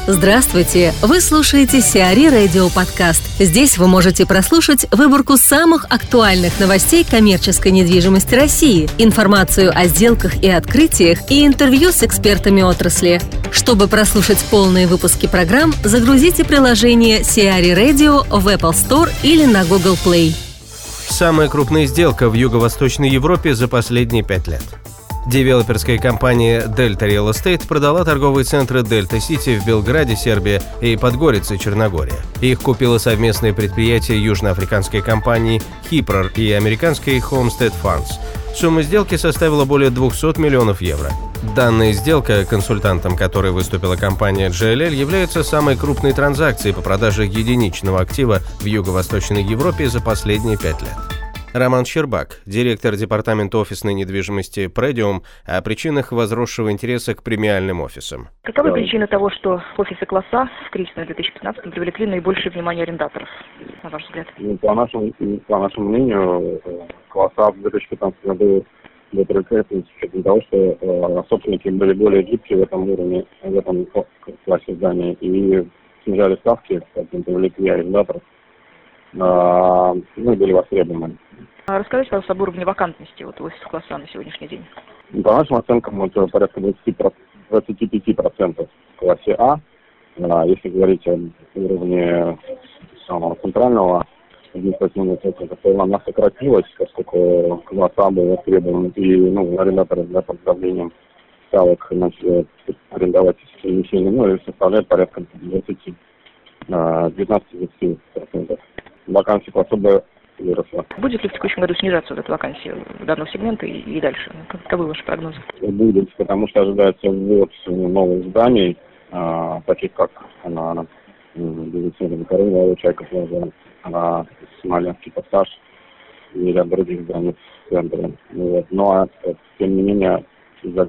Здравствуйте! Вы слушаете Сиари Радио Подкаст. Здесь вы можете прослушать выборку самых актуальных новостей коммерческой недвижимости России, информацию о сделках и открытиях и интервью с экспертами отрасли. Чтобы прослушать полные выпуски программ, загрузите приложение Сиари Radio в Apple Store или на Google Play. Самая крупная сделка в Юго-Восточной Европе за последние 5 лет. Девелоперская компания Delta Real Estate продала торговые центры Delta City в Белграде, Сербия, и Подгорице, Черногория. Их купило совместное предприятие южноафриканской компании Hypro и американской Homestead Funds. Сумма сделки составила более 200 миллионов евро. Данная сделка, консультантом которой выступила компания JLL, является самой крупной транзакцией по продаже единичного актива в Юго-Восточной Европе за последние 5 лет. Роман Щербак, директор департамента офисной недвижимости Predium, о причинах возросшего интереса к премиальным офисам. Каковы причины того, что офисы класс А в кризисном 2015 привлекли наибольшее внимание арендаторов, на ваш взгляд? По нашему мнению, класс А в 2015 году был привлекательным с учетом того, что собственники были более гибкие в этом уровне, в этом классе здания, и снижали ставки, поэтому привлекли арендаторов, были востребованы. Расскажите, пожалуйста, об уровне вакантности офисов класс А на сегодняшний день. По нашим оценкам, это порядка 25% в классе А. Если говорить о уровне самого центрального административного центра, то она сократилась, поскольку класс А был востребован, и арендаторы для подготовления ставок начали арендовать помещения, составляет порядка 19-20%. Вакансия класса Б выросла. Будет ли в текущем году снижаться эта вакансия данного сегмента и дальше? Каковы ваши прогнозы? Будет, потому что ожидается ввод новых зданий, таких как бизнес-центр Королева, Чайка Плаза, Смоленский пассаж и ряд других зданий в центре. Тем не менее, из-за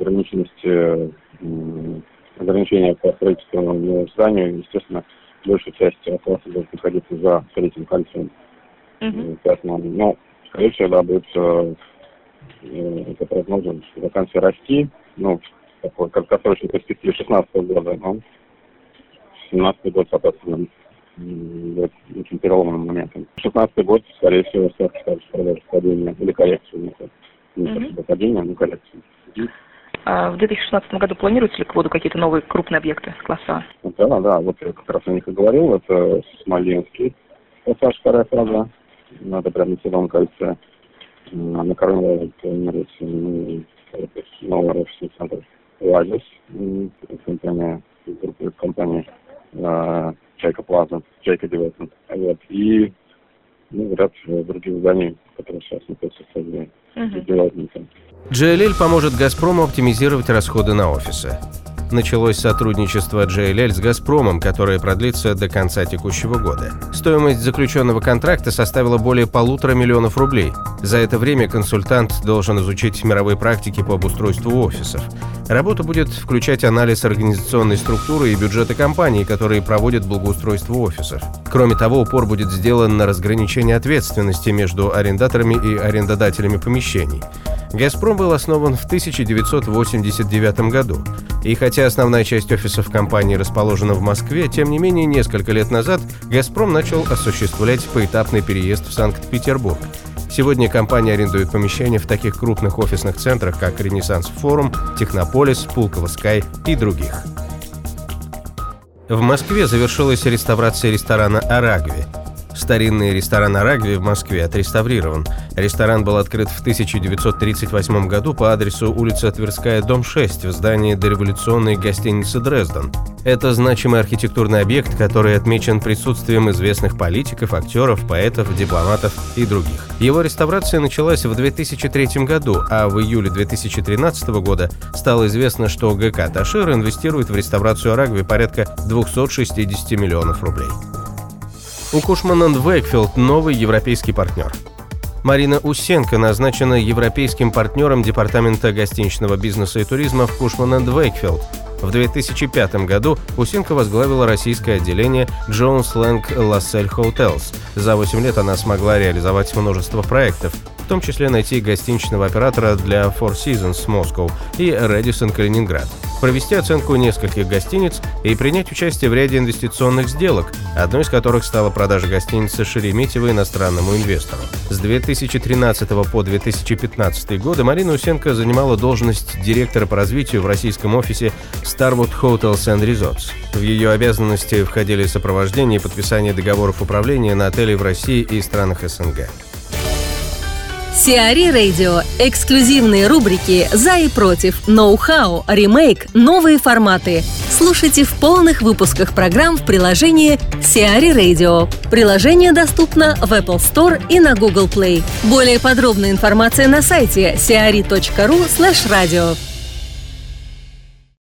ограничения по строительству нового здания, естественно, большая часть класса будет находиться за строительным кольцом. Поэтому, скорее всего, будет это прогнозом вакансия расти, такой краткосрочной перспективе 2016 года, но 2017 год, соответственно, будет очень переломным моментом. 2016 год, скорее всего, ставки скажут продолжить падение или коррекцию. Не чтобы падение, но коррекцию. А в 2016 году планируются ли к вводу какие-то новые крупные объекты класса? Да, вот я как раз о них и говорил. Это Смоленский пассаж, вторая фаза. Это прямо на Седом кольце. На Королеве новый офисный центр Оазис. Компания Чайка Плаза, Чайка Девелопмент. И ряд других зданий, которые сейчас находятся в стадии девелопмента. JLL поможет «Газпрому» оптимизировать расходы на офисы. Началось сотрудничество JLL с «Газпромом», которое продлится до конца текущего года. Стоимость заключенного контракта составила более 1,5 миллиона рублей. За это время консультант должен изучить мировые практики по обустройству офисов. Работа будет включать анализ организационной структуры и бюджета компаний, которые проводят благоустройство офисов. Кроме того, упор будет сделан на разграничение ответственности между арендаторами и арендодателями помещений. «Газпром» был основан в 1989 году. И хотя основная часть офисов компании расположена в Москве, тем не менее, несколько лет назад «Газпром» начал осуществлять поэтапный переезд в Санкт-Петербург. Сегодня компания арендует помещения в таких крупных офисных центрах, как «Ренессанс Форум», «Технополис», «Пулково Скай» и других. В Москве завершилась реставрация ресторана «Арагви». Старинный ресторан «Арагви» в Москве отреставрирован. Ресторан был открыт в 1938 году по адресу улица Тверская, дом 6, в здании дореволюционной гостиницы «Дрезден». Это значимый архитектурный объект, который отмечен присутствием известных политиков, актеров, поэтов, дипломатов и других. Его реставрация началась в 2003 году, а в июле 2013 года стало известно, что ГК «Ташир» инвестирует в реставрацию «Арагви» порядка 260 миллионов рублей. У Cushman & Wakefield новый европейский партнер. Марина Усенко назначена европейским партнером Департамента гостиничного бизнеса и туризма в Cushman & Wakefield. В 2005 году Усенко возглавила российское отделение Jones Lang LaSalle Hotels. За 8 лет она смогла реализовать множество проектов. в том числе найти гостиничного оператора для Four Seasons Moscow и Radisson Калининград, провести оценку нескольких гостиниц и принять участие в ряде инвестиционных сделок, одной из которых стала продажа гостиницы Шереметьево иностранному инвестору. С 2013 по 2015 годы Марина Усенко занимала должность директора по развитию в российском офисе Starwood Hotels and Resorts. В ее обязанности входили сопровождение и подписание договоров управления на отели в России и странах СНГ. Сиари Radio. Эксклюзивные рубрики «За и против», «Ноу-хау», «Ремейк», «Новые форматы». Слушайте в полных выпусках программ в приложении Сиари Radio. Приложение доступно в Apple Store и на Google Play. Более подробная информация на сайте siari.ru/radio.